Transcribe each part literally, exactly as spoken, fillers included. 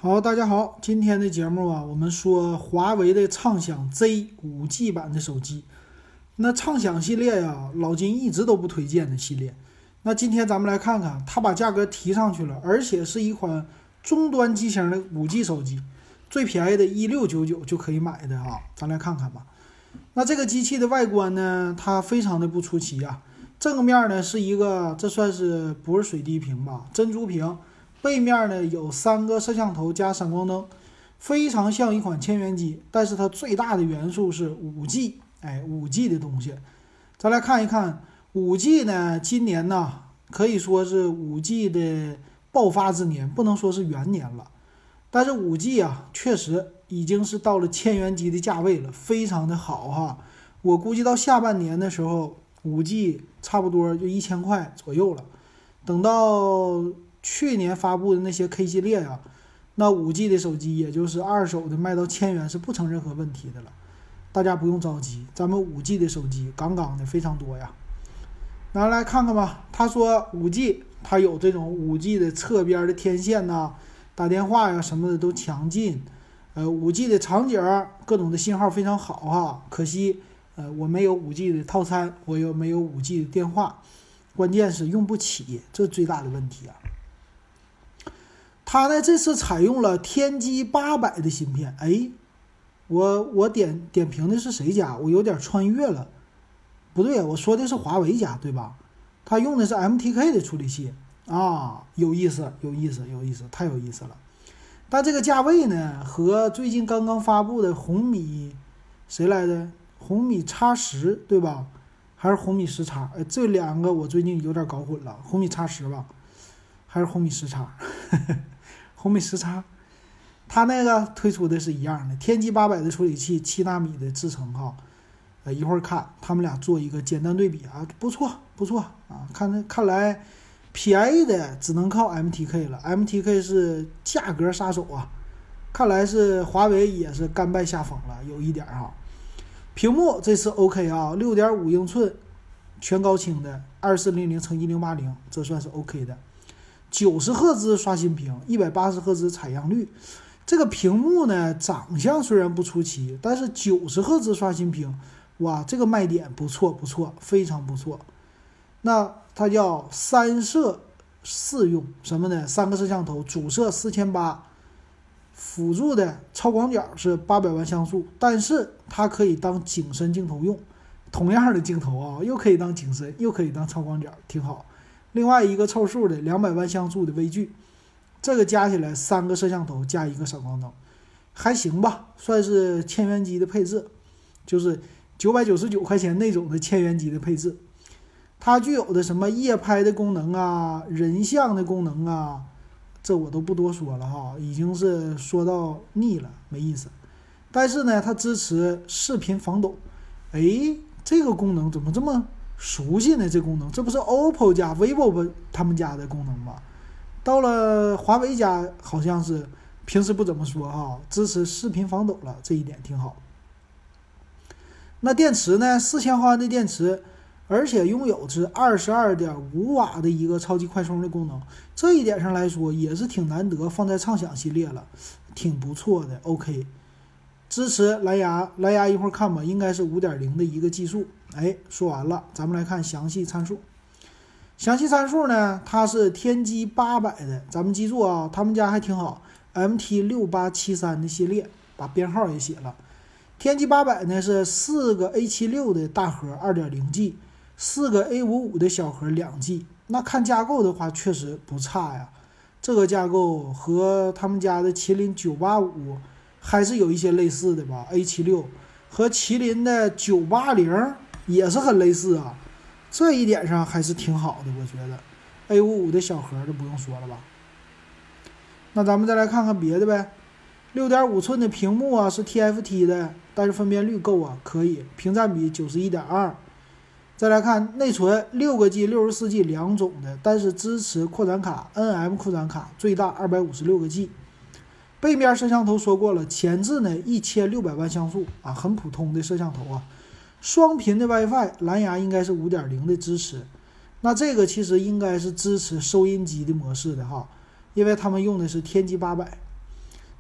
好，大家好，今天的节目啊，我们说华为的畅享 Z 五 G 版的手机。那畅享系列呀，老金一直都不推荐的系列。那今天咱们来看看，它把价格提上去了，而且是一款中端机型的 五 G 手机，最便宜的一六九九就可以买的啊，咱来看看吧。那这个机器的外观呢，它非常的不出奇啊。正面呢是一个，这算是不是水滴屏吧，珍珠屏。背面呢有三个摄像头加闪光灯，非常像一款千元机，但是它最大的元素是 五 G， 哎 ,五 G 的东西。再来看一看 五 G 呢，今年呢可以说是 五 G 的爆发之年，不能说是元年了。但是 五 G 啊，确实已经是到了千元机的价位了，非常的好哈。我估计到下半年的时候 ,五 G 差不多就一千块左右了。等到去年发布的那些 K 系列啊，那 五 G 的手机也就是二手的卖到千元是不成任何问题的了，大家不用着急，咱们 五 G 的手机杠杠的非常多呀。拿来看看吧，他说 五 G 它有这种 五 G 的侧边的天线呐、啊，打电话呀什么的都强劲，呃 五 G 的场景各种的信号非常好哈，可惜呃我没有 五 G 的套餐，我又没有 五 G 的电话，关键是用不起，这是最大的问题啊。它呢这次采用了天玑八百的芯片，哎，我我点点评的是谁家？我有点穿越了，不对，我说的是华为家对吧？它用的是 M T K 的处理器啊，有意思，有意思，有意思，太有意思了。但这个价位呢，和最近刚刚发布的红米谁来的？红米 X 十 对吧？还是红米十 X？ 哎，这两个我最近有点搞混了，红米 X 十 吧，还是红米十 X？ 红米十 X， 它那个推出的是一样的，天玑八百的处理器，七纳米的制程哈。呃，一会儿看他们俩做一个简单对比啊，不错不错啊，看看来便宜的只能靠 M T K 了 ，M T K 是价格杀手啊，看来是华为也是甘拜下风了，有一点哈。屏幕这次 OK 啊， 六点五英寸全高清的 二四零零乘一零八零， 这算是 OK 的。九十赫兹刷新屏，一百八十赫兹采样率。这个屏幕呢，长相虽然不出奇，但是九十赫兹刷新屏，哇，这个卖点不错不错，非常不错。那它叫三摄四用，什么呢？三个摄像头，主摄四千八百，辅助的超广角是八百万像素，但是它可以当景深镜头用，同样的镜头啊，又可以当景深，又可以当超广角，挺好。另外一个凑数的两百万像素的微距，这个加起来三个摄像头加一个闪光灯，还行吧，算是千元机的配置，就是九百九十九块钱那种的千元机的配置。它具有的什么夜拍的功能啊，人像的功能啊，这我都不多说了哈，已经是说到腻了，没意思。但是呢，它支持视频防抖，诶，这个功能怎么这么熟悉呢？这功能这不是 O P P O 家 vivo 他们家的功能吗？到了华为家好像是平时不怎么说哈，支持视频防抖了，这一点挺好。那电池呢，四千毫安的电池，而且拥有是 二十二点五瓦的一个超级快充的功能，这一点上来说也是挺难得，放在畅享系列了，挺不错的。 OK， 支持蓝牙，蓝牙一会儿看吧，应该是 五点零 的一个技术。哎，说完了，咱们来看详细参数。详细参数呢，它是天玑八百的，咱们记住啊，他们家还挺好 ，M T 六八七三 的系列，把编号也写了。天玑八百呢是四个 A 七六 的大核 二点零 G， 四个 A 五五 的小核 两 G， 那看架构的话确实不差呀。这个架构和他们家的麒麟九八五还是有一些类似的吧， A 七六 和麒麟的九八零也是很类似啊，这一点上还是挺好的，我觉得 A 五五 的小核的不用说了吧。那咱们再来看看别的呗。 六点五寸的屏幕啊，是 T F T 的，但是分辨率够啊，可以，屏占比 九十一点二。 再来看内存，六个 G 六十四 G 两种的，但是支持扩展卡 N M 扩展卡，最大二百五十六个 G。 背面摄像头说过了，前置呢一千六百万像素啊，很普通的摄像头啊。双频的 WiFi， 蓝牙应该是 五点零 的支持，那这个其实应该是支持收音机的模式的哈，因为他们用的是天玑八百。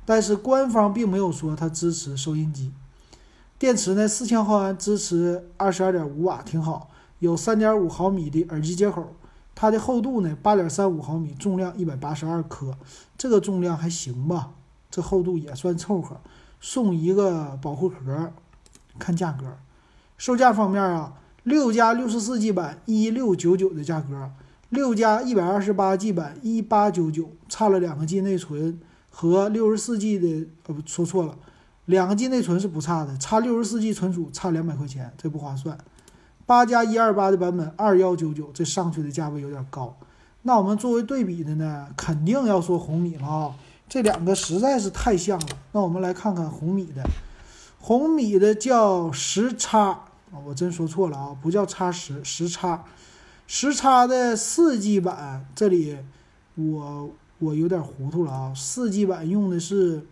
但是官方并没有说它支持收音机。电池呢，四千毫安，支持 二十二点五 瓦，挺好。有 三点五毫米的耳机接口，它的厚度呢 八点三五毫米，重量一百八十二克，这个重量还行吧，这厚度也算凑合。送一个保护壳。看价格，售价方面啊，六加六十四 G 版一六九九的价格，六加一百二十八 G 版一八九九，差了两个 G 内存，和六十四 G 的呃不说错了，两个 G 内存是不差的，差六十四 G 存储差两百块钱，这不划算。八加一二八的版本二一九九，这上去的价位有点高。那我们作为对比的呢，肯定要说红米了啊，这两个实在是太像了。那我们来看看红米的，红米的叫十叉，我真说错了啊，不叫叉十，十叉，十叉的四 G 版，这里我我有点糊涂了啊，四 G 版用的是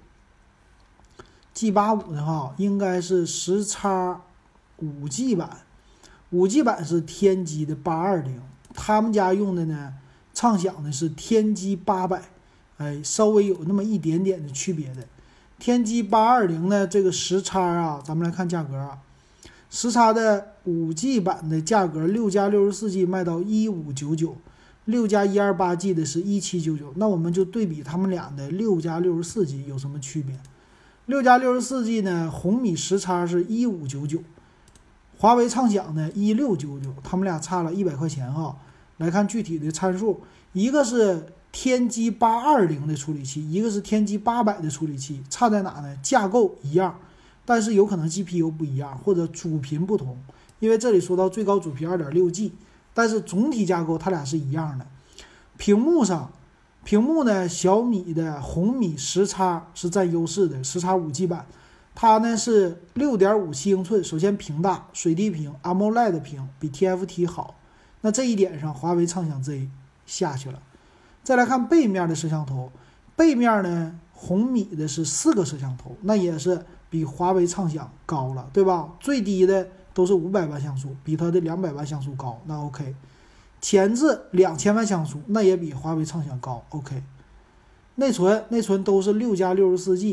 G 八十五 的哈，应该是十叉五 G 版。五 G 版是天玑的八二零，他们家用的呢，畅享的是天玑八百，哎，稍微有那么一点点的区别的。天玑八二零呢，这个十叉啊，咱们来看价格啊，十叉的五 G 版的价格，六加六十四 G 卖到一五九九，六加一二八 G 的是一七九九。那我们就对比他们俩的六加六十四 G 有什么区别？六加六十四 G 呢，红米十叉是一五九九。华为畅享呢一六九九，他们俩差了一百块钱哈。来看具体的参数，一个是天玑八二零的处理器，一个是天玑八百的处理器，差在哪呢？架构一样，但是有可能 G P U 不一样，或者主频不同。因为这里说到最高主频 二点六 G， 但是总体架构它俩是一样的。屏幕上，屏幕呢，小米的红米十叉是占优势的，十叉五 G 版。它呢是 六点五七 英寸，首先屏大，水滴屏 A M O L E D 屏比 T F T 好，那这一点上华为畅享 Z 下去了。再来看背面的摄像头，背面呢红米的是四个摄像头，那也是比华为畅享高了，对吧？最低的都是五百万像素，比它的两百万像素高，那 OK。前置两千万像素，那也比华为畅享高 OK。 内存内存都是六加六十四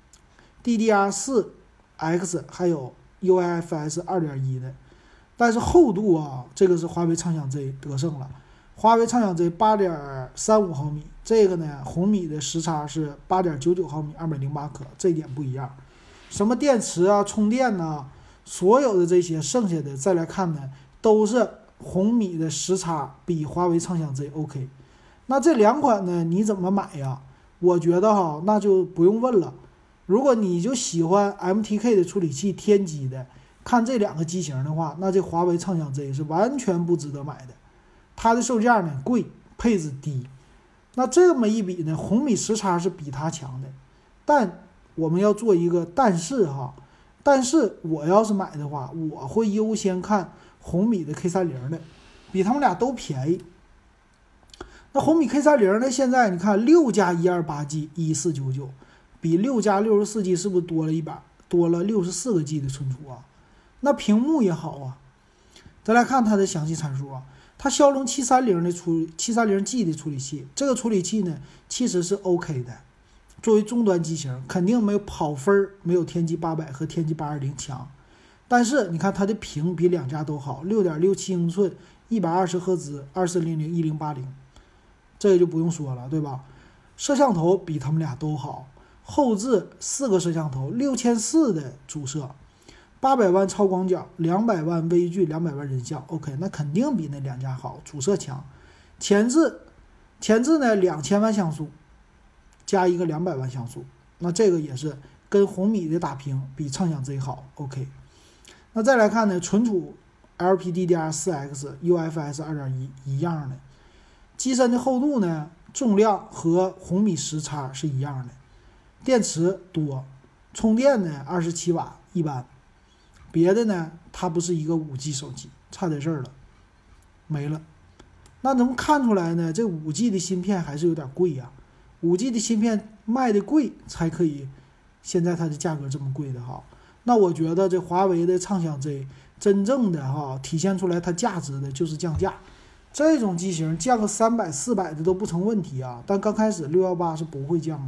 G，D D R 四 X 还有 U I F S 二点一 的，但是厚度啊，这个是华为畅享 Z 得胜了。华为畅享 Z 八点三五毫米，这个呢红米的十叉是 八点九九毫米，二百零八克，这一点不一样。什么电池啊、充电啊，所有的这些剩下的再来看呢，都是红米的十叉比华为畅享 Z OK。 那这两款呢你怎么买呀？我觉得哈，那就不用问了。如果你就喜欢 M T K 的处理器，天玑的，看这两个机型的话，那这华为畅享 Z 是完全不值得买的。它的售价呢贵，配置低。那这么一比呢，红米十叉是比它强的。但我们要做一个但是哈，但是我要是买的话，我会优先看红米的 K 三十 的，比他们俩都便宜。那红米 K 三十 呢，现在你看六加一二八 G 一四九九，比六加六十四 G 是不是多了一百，多了六十四个 G 的存储啊？那屏幕也好啊。再来看它的详细参数啊，它骁龙七三零的处七三零 G 的处理器，这个处理器呢其实是 OK 的，作为终端机型肯定没有跑分，没有天玑八百和天玑八二零强。但是你看它的屏比两家都好， 六点六七 英寸，一百二十赫兹，二四零零一零八零，这个就不用说了，对吧？摄像头比他们俩都好，后置四个摄像头，六千四百的主摄，八百万超广角，两百万微距，两百万人像 OK， 那肯定比那两家好，主摄强。前置前置呢两千万像素加一个两百万像素，那这个也是跟红米的打屏比畅享 Z 好 OK。 那再来看呢，存储 L P D D R 四 X U F S 二点一 一样的，机身的厚度呢重量和红米十叉是一样的，电池多，充电呢二十七瓦一般。别的呢它不是一个 五 G 手机，差点事儿了，没了。那能看出来呢，这 五 G 的芯片还是有点贵呀、啊、五 G 的芯片卖的贵才可以现在它的价格这么贵的哈。那我觉得这华为的畅享 Z 真正的哈体现出来它价值的就是降价，这种机型降个三百四百的都不成问题啊，但刚开始六一八是不会降的，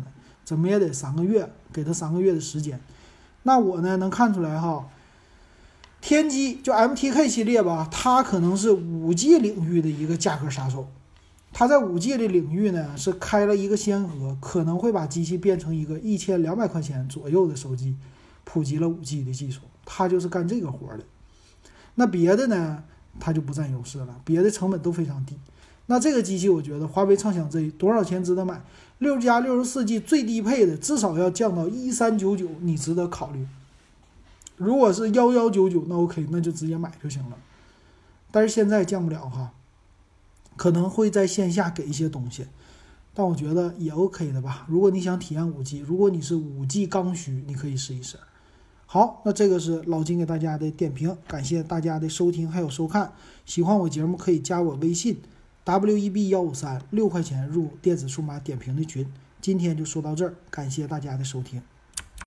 怎么也得三个月，给他三个月的时间。那我呢能看出来哈，天玑就 M T K 系列吧，它可能是 五 G 领域的一个价格杀手。它在 五 G 的领域呢是开了一个先河，可能会把机器变成一个一千两百块钱左右的手机，普及了 五 G 的技术，它就是干这个活的。那别的呢，它就不占优势了，别的成本都非常低。那这个机器我觉得华为畅享 Z 多少钱值得买？六加六十四 G 最低配的至少要降到一三九九，你值得考虑。如果是一一九九，那 OK， 那就直接买就行了。但是现在降不了哈，可能会在线下给一些东西，但我觉得也 OK 的吧。如果你想体验 五 G， 如果你是 五 G 刚需，你可以试一试。好，那这个是老金给大家的点评，感谢大家的收听还有收看。喜欢我节目可以加我微信 W E B 一五三，六块钱入电子数码点评的群。今天就说到这儿，感谢大家的收听。